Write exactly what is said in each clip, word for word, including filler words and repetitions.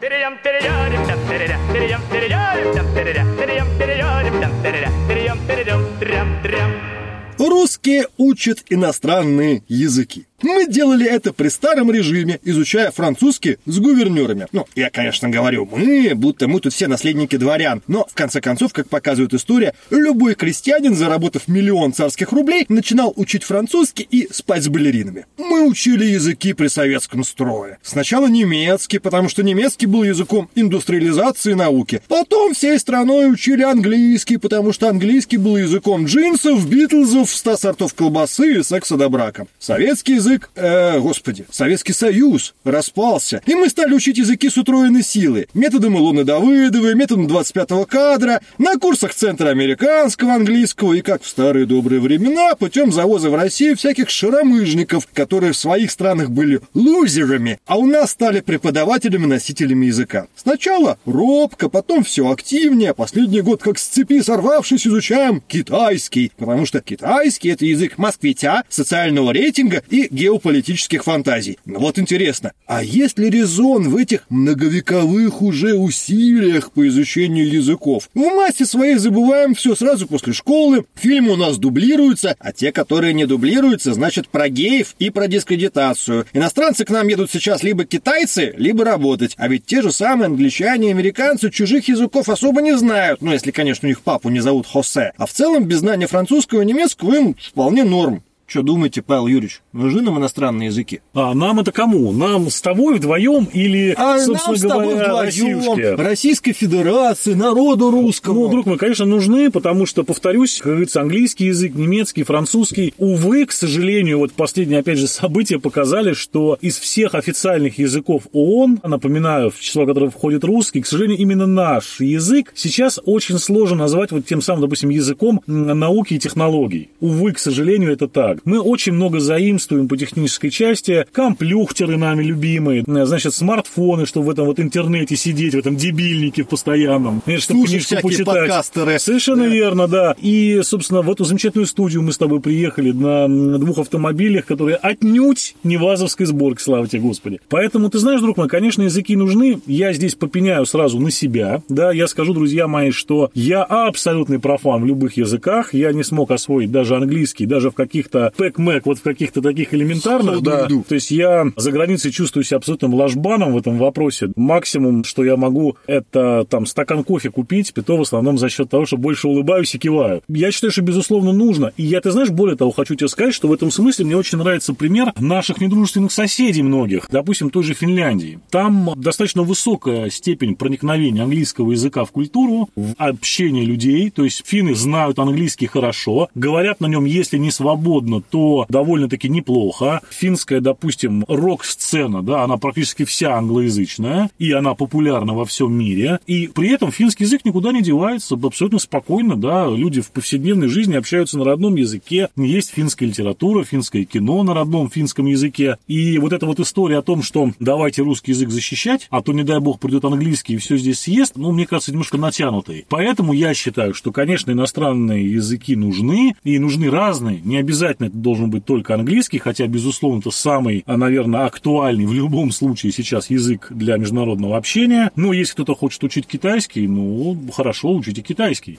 Русские учат иностранные языки. Мы делали это при старом режиме, изучая французский с гувернерами. Ну, я, конечно, говорю «мы», будто мы тут все наследники дворян. Но, в конце концов, как показывает история, любой крестьянин, заработав миллион царских рублей, начинал учить французский и спать с балеринами. Мы учили языки при советском строе. Сначала немецкий, потому что немецкий был языком индустриализации науки. Потом всей страной учили английский, потому что английский был языком джинсов, битлзов, ста сортов колбасы и секса до брака. Советский язык Э, господи, Советский Союз распался, и мы стали учить языки с утроенной силой, методом Илоны Давыдовой, методом двадцать пятого кадра, на курсах Центра американского английского и, как в старые добрые времена, путем завоза в Россию всяких шаромыжников, которые в своих странах были лузерами, а у нас стали преподавателями-носителями языка. Сначала робко, потом все активнее, последний год, как с цепи сорвавшись, изучаем китайский, потому что китайский — это язык москвитя, социального рейтинга и геополитических фантазий. Но вот интересно, а есть ли резон в этих многовековых уже усилиях по изучению языков? В массе своей забываем все сразу после школы, фильмы у нас дублируются, а те, которые не дублируются, значит про геев и про дискредитацию. Иностранцы к нам едут сейчас либо китайцы, либо работать, а ведь те же самые англичане и американцы чужих языков особо не знают, ну если, конечно, у них папу не зовут Хосе, а в целом без знания французского и немецкого им вполне норм. Что думаете, Павел Юрьевич, нужны нам иностранные языки? А нам это кому? Нам с тобой вдвоем или, а собственно нам с тобой говоря, Россиюшке? Российской Федерации, народу русскому. Ну, друг мой, конечно, нужны, потому что, повторюсь, как говорится, английский язык, немецкий, французский. Увы, к сожалению, вот последние, опять же, события показали, что из всех официальных языков ООН, напоминаю, в число которых входит русский, к сожалению, именно наш язык сейчас очень сложно назвать вот тем самым, допустим, языком науки и технологий. Увы, к сожалению, это так. Мы очень много заимствуем по технической части, компьютеры нами любимые, значит, смартфоны, чтобы в этом вот интернете сидеть, в этом дебильнике постоянном, чтобы книжку почитать. Подкастеры. Совершенно да. верно, да. И, собственно, в эту замечательную студию мы с тобой приехали на двух автомобилях, которые отнюдь не вазовской сборки, слава тебе, Господи. Поэтому, ты знаешь, друг мой, конечно, языки нужны. Я здесь попеняю сразу на себя, да, я скажу, друзья мои, что я абсолютный профан в любых языках, я не смог освоить даже английский, даже в каких-то пэк-мэк, вот в каких-то таких элементарных, да. То есть я за границей чувствую себя абсолютным лажбаном в этом вопросе. Максимум, что я могу, это там стакан кофе купить, и то в основном за счет того, что больше улыбаюсь и киваю. Я считаю, что безусловно нужно. И я, ты знаешь, более того, хочу тебе сказать, что в этом смысле мне очень нравится пример наших недружественных соседей многих, допустим, той же Финляндии. Там достаточно высокая степень проникновения английского языка в культуру, в общение людей, то есть финны знают английский хорошо, говорят на нем, если не свободно, то довольно-таки неплохо. Финская, допустим, рок-сцена, да, она практически вся англоязычная, и она популярна во всем мире, и при этом финский язык никуда не девается, абсолютно спокойно, да, люди в повседневной жизни общаются на родном языке, есть финская литература, финское кино на родном финском языке, и вот эта вот история о том, что давайте русский язык защищать, а то, не дай бог, придет английский и все здесь съест, ну, мне кажется, немножко натянутой. Поэтому я считаю, что, конечно, иностранные языки нужны, и нужны разные, не обязательно это должен быть только английский, хотя, безусловно, это самый, наверное, актуальный в любом случае сейчас язык для международного общения. Но если кто-то хочет учить китайский, ну, хорошо, учите китайский.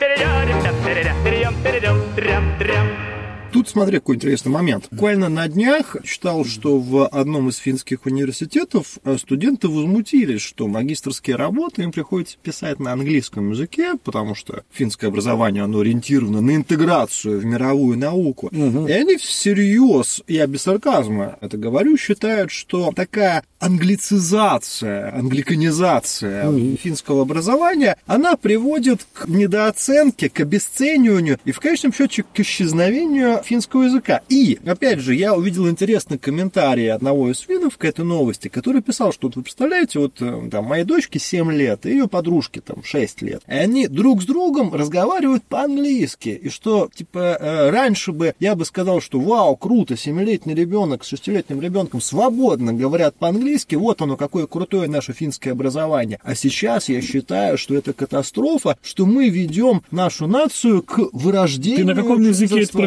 Тут, смотри, какой интересный момент. Буквально на днях читал, что в одном из финских университетов студенты возмутились, что магистерские работы им приходится писать на английском языке, потому что финское образование, оно ориентировано на интеграцию в мировую науку. Угу. И они всерьез, я без сарказма это говорю, считают, что такая англицизация, англиканизация угу. финского образования, она приводит к недооценке, к обесцениванию и, в конечном счете, к исчезновению финского языка. И, опять же, я увидел интересный комментарий одного из финнов к этой новости, который писал, что, вот, вы представляете, вот там моей дочке семь лет, и ее подружке там шесть лет, и они друг с другом разговаривают по-английски, и что, типа, раньше бы я бы сказал, что вау, круто, семилетний ребенок с шестилетним ребенком свободно говорят по-английски, вот оно, какое крутое наше финское образование. А сейчас я считаю, что это катастрофа, что мы ведем нашу нацию к вырождению. Ты на каком языке это прочитал?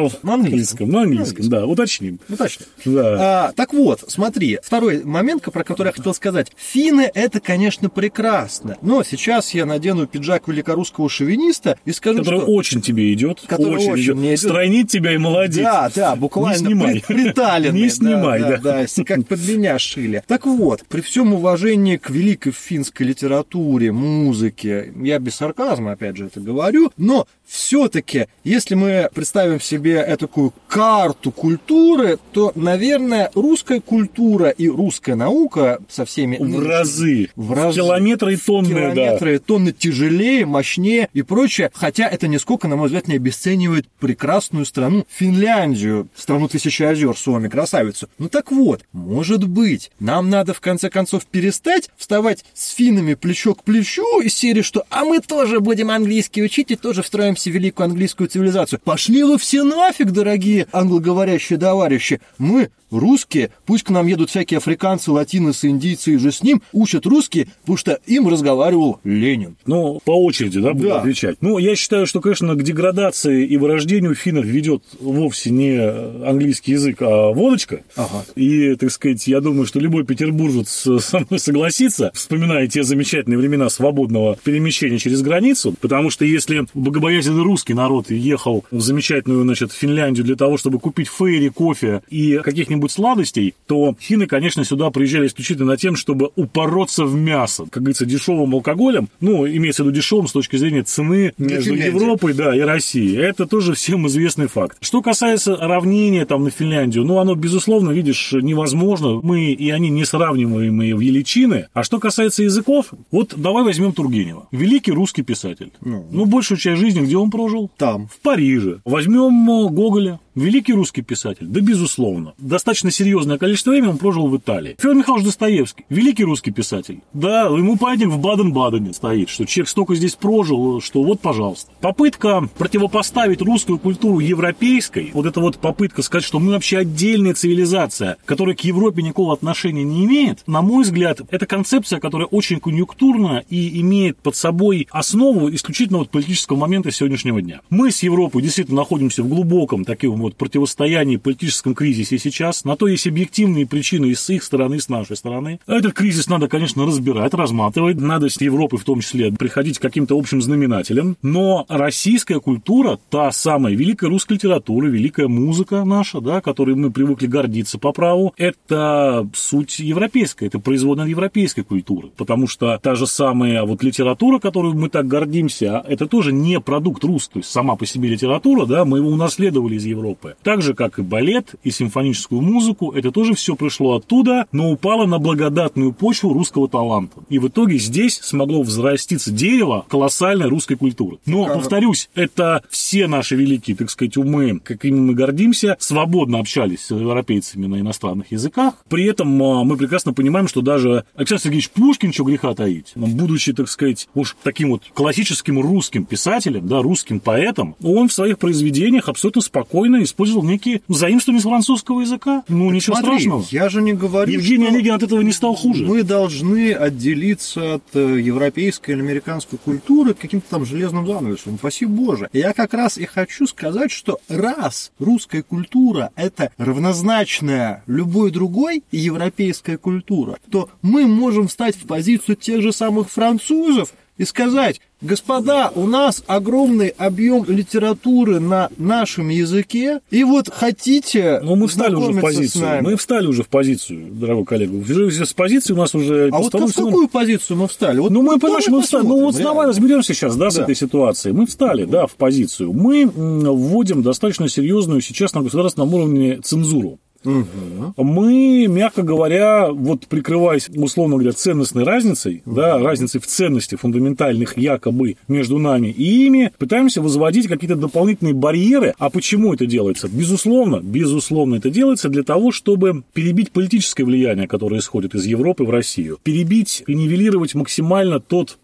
Ну, на английском. На английском, да, уточним. Уточним. Да. А, так вот, смотри, второй момент, про который я хотел сказать. Финны — это, конечно, прекрасно, но сейчас я надену пиджак великорусского шовиниста и скажу, который что... очень тебе идет, который очень, очень идет. мне идет. Стройнит тебя и молодец. Да, да, буквально не снимай. приталенный. Не снимай, да. Да, да, как под меня шили. Так вот, при всем уважении к великой финской литературе, музыке, я без сарказма, опять же, это говорю, но все-таки, если мы представим себе такую карту культуры, то, наверное, русская культура и русская наука со всеми... В разы. В разы. Километры и тонны, Километры да. и тонны тяжелее, мощнее и прочее. Хотя это нисколько, на мой взгляд, не обесценивает прекрасную страну Финляндию, страну тысячи озер, Суоми, красавицу. Ну так вот, может быть, нам надо в конце концов перестать вставать с финнами плечо к плечу из серии, что «а мы тоже будем английский учить и тоже встроимся в великую английскую цивилизацию». Пошли вы все нафиг, дорогие англоговорящие товарищи. Мы, русские, пусть к нам едут всякие африканцы, латиносы, индийцы и же с ним, учат русские, потому что им разговаривал Ленин. Ну, по очереди, да, буду да. отвечать. Ну, я считаю, что, конечно, к деградации и вырождению финнов ведет вовсе не английский язык, а водочка. Ага. И, так сказать, я думаю, что любой петербуржец со мной согласится, вспоминая те замечательные времена свободного перемещения через границу, потому что если богобоязненный русский народ ехал в замечательную, значит, Финляндию для того, чтобы купить фейри, кофе и каких-нибудь сладостей, то финны, конечно, сюда приезжали исключительно на тем, чтобы упороться в мясо, как говорится, дешевым алкоголем, ну, имеется в виду дешевым с точки зрения цены между Европой, да, и Россией. Это тоже всем известный факт. Что касается равнения там на Финляндию, ну, оно, безусловно, видишь, невозможно. Мы и они несравниваемые величины. А что касается языков, вот давай возьмем Тургенева. Великий русский писатель. Ну, ну большую часть жизни где он прожил? Там. В Париже. Возьмем Гоголя. Великий русский писатель? Да, безусловно. Достаточно серьезное количество времени он прожил в Италии. Федор Михайлович Достоевский. Великий русский писатель? Да, ему памятник в Баден-Бадене стоит, что человек столько здесь прожил, что вот, пожалуйста. Попытка противопоставить русскую культуру европейской, вот эта вот попытка сказать, что мы вообще отдельная цивилизация, которая к Европе никакого отношения не имеет, на мой взгляд, это концепция, которая очень конъюнктурна и имеет под собой основу исключительно вот политического момента сегодняшнего дня. Мы с Европой действительно находимся в глубоком таком вот противостоянии, политическом кризисе сейчас. На то есть объективные причины и с их стороны, и с нашей стороны. Этот кризис надо, конечно, разбирать, разматывать. Надо с Европой в том числе приходить к каким-то общим знаменателям. Но российская культура, та самая великая русская литература, великая музыка наша, да, которой мы привыкли гордиться по праву, это суть европейская, это производная европейской культуры. Потому что та же самая вот литература, которой мы так гордимся, это тоже не продукт русский. То есть сама по себе литература, да, мы его унаследовали из Европы. Так же, как и балет, и симфоническую музыку, это тоже все пришло оттуда, но упало на благодатную почву русского таланта. И в итоге здесь смогло взраститься дерево колоссальной русской культуры. Но, повторюсь, это все наши великие, так сказать, умы, какими мы гордимся, свободно общались с европейцами на иностранных языках. При этом мы прекрасно понимаем, что даже Александр Сергеевич Пушкин, что греха таить, будучи, так сказать, уж таким вот классическим русским писателем, да, русским поэтом, он в своих произведениях абсолютно спокойно использовал некие заимствования с французского языка. Ну, так ничего смотри, страшного. Я же не говорю, Евгений что Онегин от этого не стал хуже. Мы должны отделиться от европейской или американской культуры каким-то там железным занавесом. Спасибо Боже. Я как раз и хочу сказать, что раз русская культура – это равнозначная любой другой европейская культура, то мы можем встать в позицию тех же самых французов и сказать: господа, у нас огромный объем литературы на нашем языке, и вот хотите... Ну, мы встали уже в позицию. Мы встали уже в позицию, дорогой коллега. С позиции у нас уже... А вот в какую позицию мы встали? Вот ну, мы, понимаешь, мы встали. Ну, вот давай разберемся сейчас, да, с да. этой ситуацией. Мы встали, да, в позицию. Мы вводим достаточно серьезную сейчас на государственном уровне цензуру. Угу. Мы, мягко говоря, вот прикрываясь, условно говоря, ценностной разницей, угу. да, разницей в ценности фундаментальных якобы между нами и ими, пытаемся возводить какие-то дополнительные барьеры. А почему это делается? Безусловно, безусловно, это делается для того, чтобы перебить политическое влияние, которое исходит из Европы в Россию, перебить и нивелировать максимально тот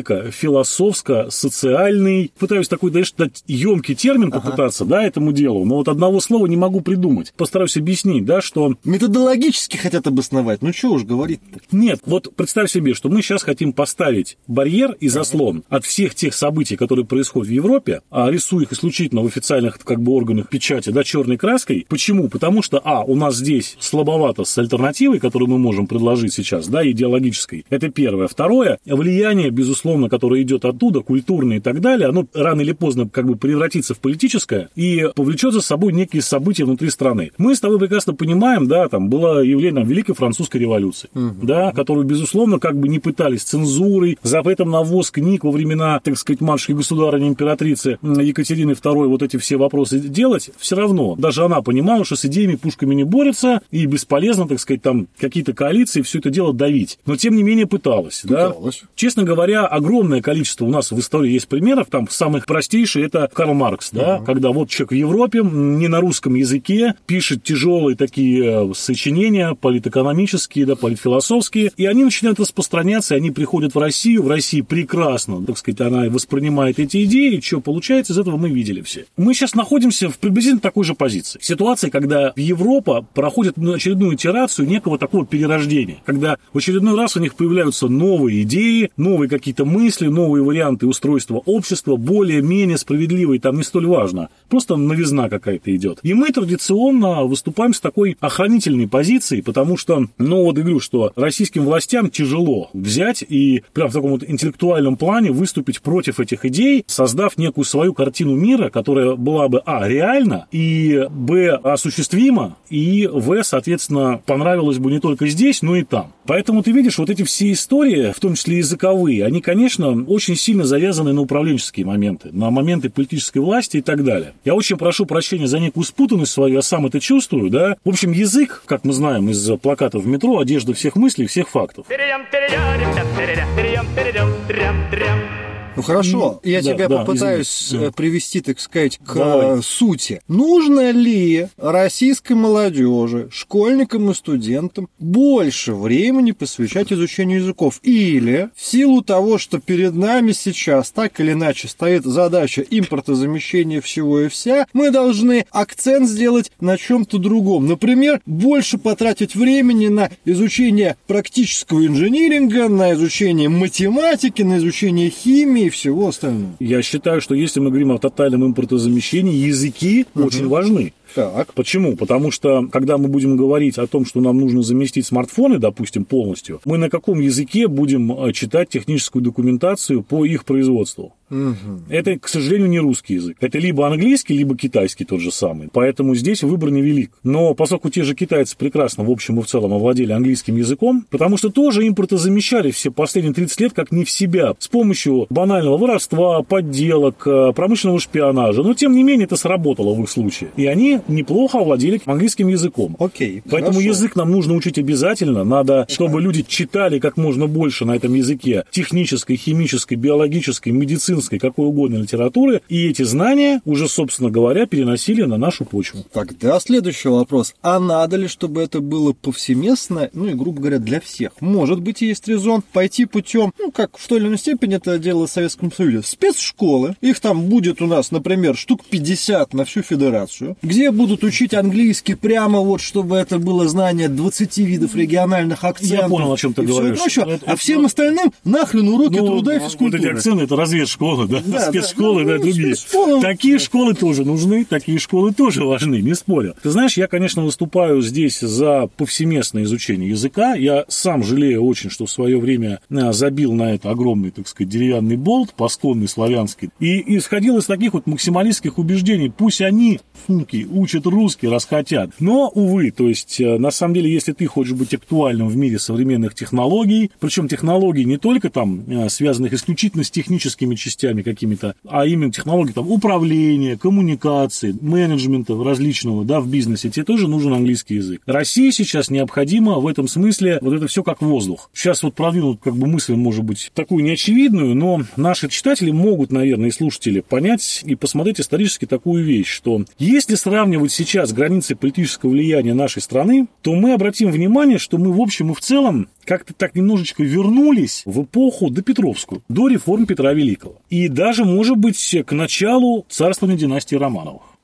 политико-философско-социальный, пытаюсь такой, дать емкий термин попытаться, ага. да, этому делу, но вот одного слова не могу придумать. Постараюсь объяснить. объяснить, да, что... Методологически хотят обосновать, ну что уж говорить-то. Нет, вот представь себе, что мы сейчас хотим поставить барьер и заслон от всех тех событий, которые происходят в Европе, а рисуя их исключительно в официальных как бы органах печати, да, черной краской. Почему? Потому что, а, у нас здесь слабовато с альтернативой, которую мы можем предложить сейчас, да, идеологической. Это первое. Второе, влияние, безусловно, которое идет оттуда, культурное и так далее, оно рано или поздно как бы превратится в политическое и повлечет за собой некие события внутри страны. Мы с тобой прекрасно понимаем, да, там было явление там, Великой Французской революции, угу. да, которую, безусловно, как бы не пытались цензурой, запретом на ввоз книг во времена, так сказать, матушки государыни императрицы Екатерины второй, вот эти все вопросы делать, все равно. Даже она понимала, что с идеями пушками не борется, и бесполезно, так сказать, там какие-то коалиции, все это дело давить. Но, тем не менее, пыталась. пыталась. Да? Честно говоря, огромное количество у нас в истории есть примеров, там самых простейший это Карл Маркс, да, uh-huh. когда вот человек в Европе не на русском языке пишет тяжелые такие сочинения политэкономические, да, политфилософские, и они начинают распространяться, и они приходят в Россию, в России прекрасно, так сказать, она воспринимает эти идеи, и что получается, из этого мы видели все. Мы сейчас находимся в приблизительно такой же позиции. Ситуация, когда Европа проходит очередную итерацию некого такого перерождения, когда в очередной раз у них появляются новые идеи, новые какие-то мысли, новые варианты устройства общества, более-менее справедливые, там не столь важно, просто новизна какая-то идет. И мы традиционно выступаем с такой охранительной позицией, потому что, ну вот я говорю, что российским властям тяжело взять и прям в таком вот интеллектуальном плане выступить против этих идей, создав некую свою картину мира, которая была бы, а, реальна, и, б, осуществима, и, в, соответственно, понравилась бы не только здесь, но и там. Поэтому ты видишь, вот эти все истории, в том числе языковые, они, конечно, очень сильно завязаны на управленческие моменты, на моменты политической власти и так далее. Я очень прошу прощения за некую спутанность свою, я сам это чувствую, да. В общем, язык, как мы знаем из плакатов в метро, одежда всех мыслей, всех фактов. Ну хорошо, я да, тебя да, попытаюсь извините. привести, так сказать, к Давай. сути. Нужно ли российской молодежи, школьникам и студентам больше времени посвящать изучению языков? Или в силу того, что перед нами сейчас так или иначе стоит задача импортозамещения всего и вся, мы должны акцент сделать на чем-то другом. Например, больше потратить времени на изучение практического инжиниринга, на изучение математики, на изучение химии, и всего остального. Я считаю, что если мы говорим о тотальном импортозамещении, языки угу. очень важны. Так. Почему? Потому что, когда мы будем говорить о том, что нам нужно заместить смартфоны, допустим, полностью, мы на каком языке будем читать техническую документацию по их производству? Угу. Это, к сожалению, не русский язык. Это либо английский, либо китайский тот же самый. Поэтому здесь выбор невелик. Но поскольку те же китайцы прекрасно, в общем и в целом, овладели английским языком, потому что тоже импортозамещали все последние тридцать лет как не в себя, с помощью банального воровства, подделок, промышленного шпионажа. Но, тем не менее, это сработало в их случае. И они неплохо овладели английским языком. Окей, Поэтому хорошо. язык нам нужно учить обязательно. Надо, чтобы люди читали как можно больше на этом языке технической, химической, биологической, медицинской, какой угодно литературы. И эти знания уже, собственно говоря, переносили на нашу почву. Тогда следующий вопрос. А надо ли, чтобы это было повсеместно, ну и, грубо говоря, для всех? Может быть, есть резон пойти путем, ну, как в той или иной степени это дело в Советском Союзе, спецшколы. Их там будет у нас, например, штук пятьдесят на всю федерацию, где будут учить английский прямо вот, чтобы это было знание двадцати видов региональных акцентов. Я понял, о чем ты говоришь. Это, а всем это... остальным нахрен уроки ну, труда и физкультуры. Вот эти акценты, это разведшколы, да? да спецшколы, да, да, да другие. Спецшколы. Такие школы тоже нужны, такие школы тоже важны, не спорю. Ты знаешь, я, конечно, выступаю здесь за повсеместное изучение языка. Я сам жалею очень, что в свое время забил на это огромный, так сказать, деревянный болт, пасконный, славянский, и исходил из таких вот максималистских убеждений. Пусть они, фуки, учат русский, раз хотят. Но, увы, то есть, на самом деле, если ты хочешь быть актуальным в мире современных технологий, причем технологий не только там, связанных исключительно с техническими частями какими-то, а именно технологии там управления, коммуникации, менеджмента различного, да, в бизнесе, тебе тоже нужен английский язык. России сейчас необходимо в этом смысле вот это все как воздух. Сейчас вот продвинут как бы мысль, может быть, такую неочевидную, но наши читатели могут, наверное, и слушатели понять и посмотреть исторически такую вещь, что если сравнивать сейчас границы политического влияния нашей страны, то мы обратим внимание, что мы в общем и в целом как-то так немножечко вернулись в эпоху допетровскую, до реформ Петра Великого. И даже, может быть, к началу царствования династии Романовых.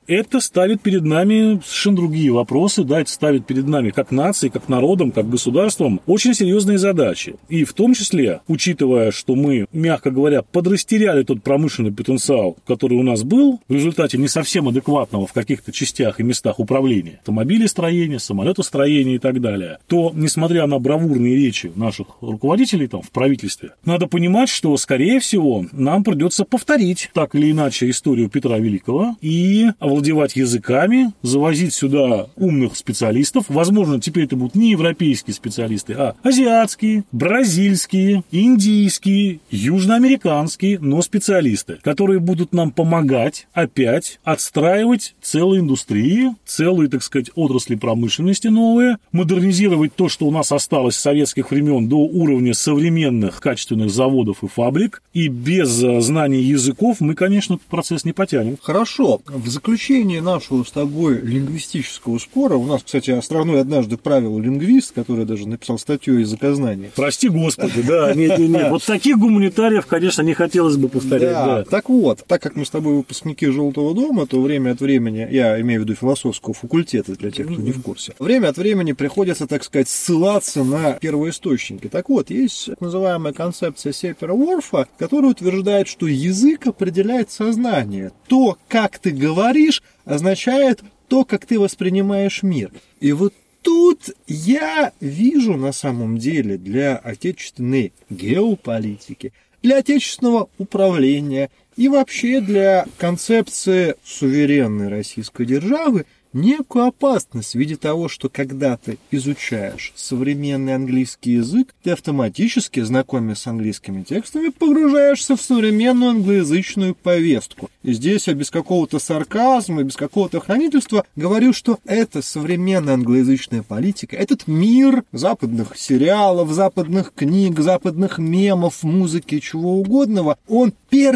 это ставит перед нами совершенно другие вопросы, да, это ставит перед нами как нацией, как народом, как государством очень серьезные задачи. И в том числе, учитывая, что мы, мягко говоря, подрастеряли тот промышленный потенциал, который у нас был, в результате не совсем адекватного в каких-то частях и местах управления, автомобилестроения, самолетостроения и так далее, то, несмотря на бравурные речи наших руководителей там в правительстве, надо понимать, что, скорее всего, нам придется повторить так или иначе историю Петра Великого и овладевать языками, завозить сюда умных специалистов. Возможно, теперь это будут не европейские специалисты, а азиатские, бразильские, индийские, южноамериканские, но специалисты, которые будут нам помогать опять отстраивать целые индустрии, целые, так сказать, отрасли промышленности новые, модернизировать то, что у нас осталось с советских времен, до уровня современных качественных заводов и фабрик. И без знания языков мы, конечно, этот процесс не потянем. Хорошо. В заключение нашего с тобой лингвистического спора, у нас, кстати, страной однажды правил лингвист, который даже написал статью о языкознании. Прости господи, да, нет, нет, нет. Вот таких гуманитариев, конечно, не хотелось бы повторять. Да, да. Так вот, так как мы с тобой выпускники «Желтого дома», то время от времени, я имею в виду философского факультета, для тех, кто не в курсе, время от времени приходится, так сказать, ссылаться на первоисточники. Так вот, есть так называемая концепция Сепера-Ворфа, которая утверждает, что язык определяет сознание. То, как ты говоришь, означает то, как ты воспринимаешь мир. И вот тут я вижу на самом деле для отечественной геополитики, для отечественного управления и вообще для концепции суверенной российской державы некую опасность в виде того, что когда ты изучаешь современный английский язык, ты автоматически, знакомясь с английскими текстами, погружаешься в современную англоязычную повестку. И здесь я без какого-то сарказма, без какого-то хранительства говорю, что эта современная англоязычная политика, этот мир западных сериалов, западных книг, западных мемов, музыки, чего угодного, он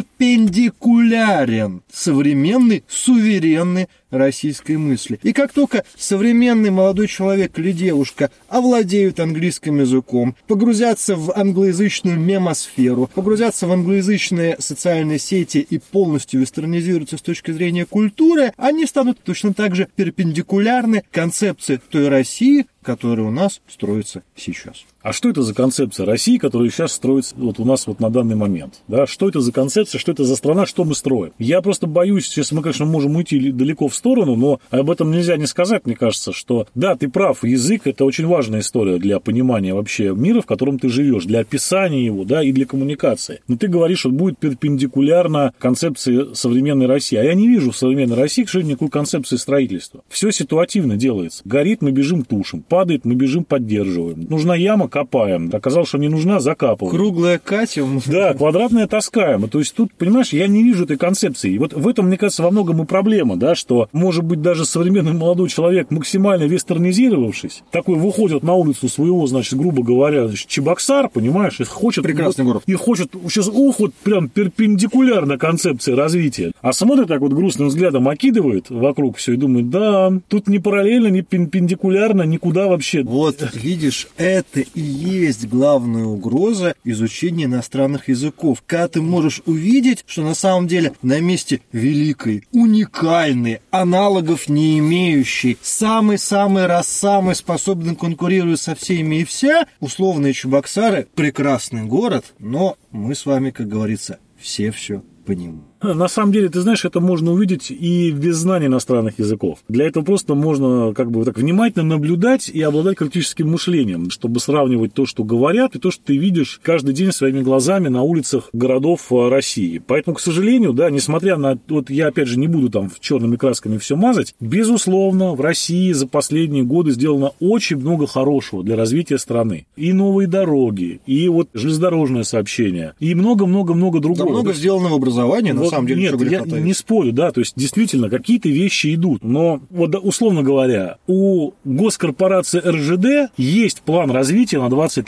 перпендикулярен современной, суверенной российской мысли. И как только современный молодой человек или девушка овладеют английским языком, погрузятся в англоязычную мемосферу, погрузятся в англоязычные социальные сети и полностью вестернизируются с точки зрения культуры, они станут точно так же перпендикулярны концепции той России, которая у нас строится сейчас. А что это за концепция России, которая сейчас строится вот у нас вот на данный момент? Да? Что это за концепция, что это за страна, что мы строим? Я просто боюсь, сейчас мы, конечно, можем уйти далеко в сторону, но об этом нельзя не сказать, мне кажется, что да, ты прав, язык – это очень важная история для понимания вообще мира, в котором ты живешь, для описания его, да, и для коммуникации. Но ты говоришь, что будет перпендикулярно концепции современной России. А я не вижу в современной России, к сожалению, никакой концепции строительства. Все ситуативно делается. Горит, мы бежим, тушим. Падает, мы бежим, поддерживаем. Нужна яма, копаем. Оказалось, что не нужна, закапываем. Круглая катим. Да, квадратная таскаем. То есть тут, понимаешь, я не вижу этой концепции. И вот в этом, мне кажется, во многом и проблема, да, что, может быть, даже современный молодой человек, максимально вестернизировавшись, такой выходит на улицу своего, значит, грубо говоря, Чебоксар, понимаешь, и хочет... Прекрасный вот, город. И хочет сейчас уход прям перпендикулярно концепции развития. А смотрит так вот грустным взглядом, окидывает вокруг все и думает, да, тут не параллельно, не перпендикулярно, никуда вообще. Вот, видишь, это и есть главная угроза изучения иностранных языков. Когда ты можешь увидеть, что на самом деле на месте великой, уникальной, аналогов не имеющей, самый-самый раз самый способный конкурировать со всеми и вся, условные Чебоксары – прекрасный город, но мы с вами, как говорится, все все понимаем. На самом деле, ты знаешь, это можно увидеть и без знания иностранных языков. Для этого просто можно как бы так внимательно наблюдать и обладать критическим мышлением, чтобы сравнивать то, что говорят, и то, что ты видишь каждый день своими глазами на улицах городов России. Поэтому, к сожалению, да, несмотря на... Вот я, опять же, не буду там черными красками все мазать, безусловно, в России за последние годы сделано очень много хорошего для развития страны. И новые дороги, и вот железнодорожное сообщение, и много-много-много другого. Да, много сделано в образовании, на самом деле, нет, я хватает. Не спорю, да, то есть действительно какие-то вещи идут, но вот условно говоря, у госкорпорации эр жэ дэ есть план развития на двадцать лет.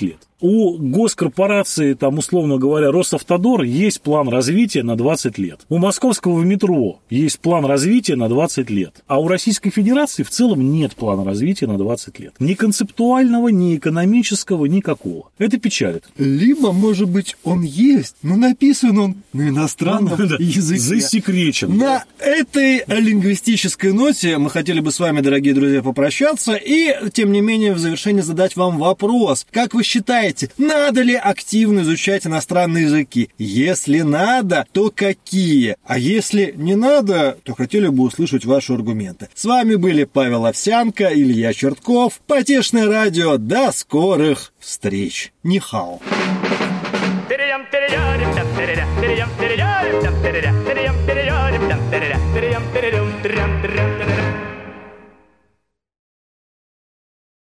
у госкорпорации, там, условно говоря, Росавтодор есть план развития на двадцать лет. У московского метро есть план развития на двадцать лет. А у Российской Федерации в целом нет плана развития на двадцать лет. Ни концептуального, ни экономического, никакого. Это печалит. Либо, может быть, он есть, но написан он на иностранном языке. Засекречен. На этой лингвистической ноте мы хотели бы с вами, дорогие друзья, попрощаться и, тем не менее, в завершение задать вам вопрос. Как вы считаете, надо ли активно изучать иностранные языки? Если надо, то какие? А если не надо, то хотели бы услышать ваши аргументы. С вами были Павел Овсянко, Илья Чертков, Потешное радио. До скорых встреч. Нихао. Dum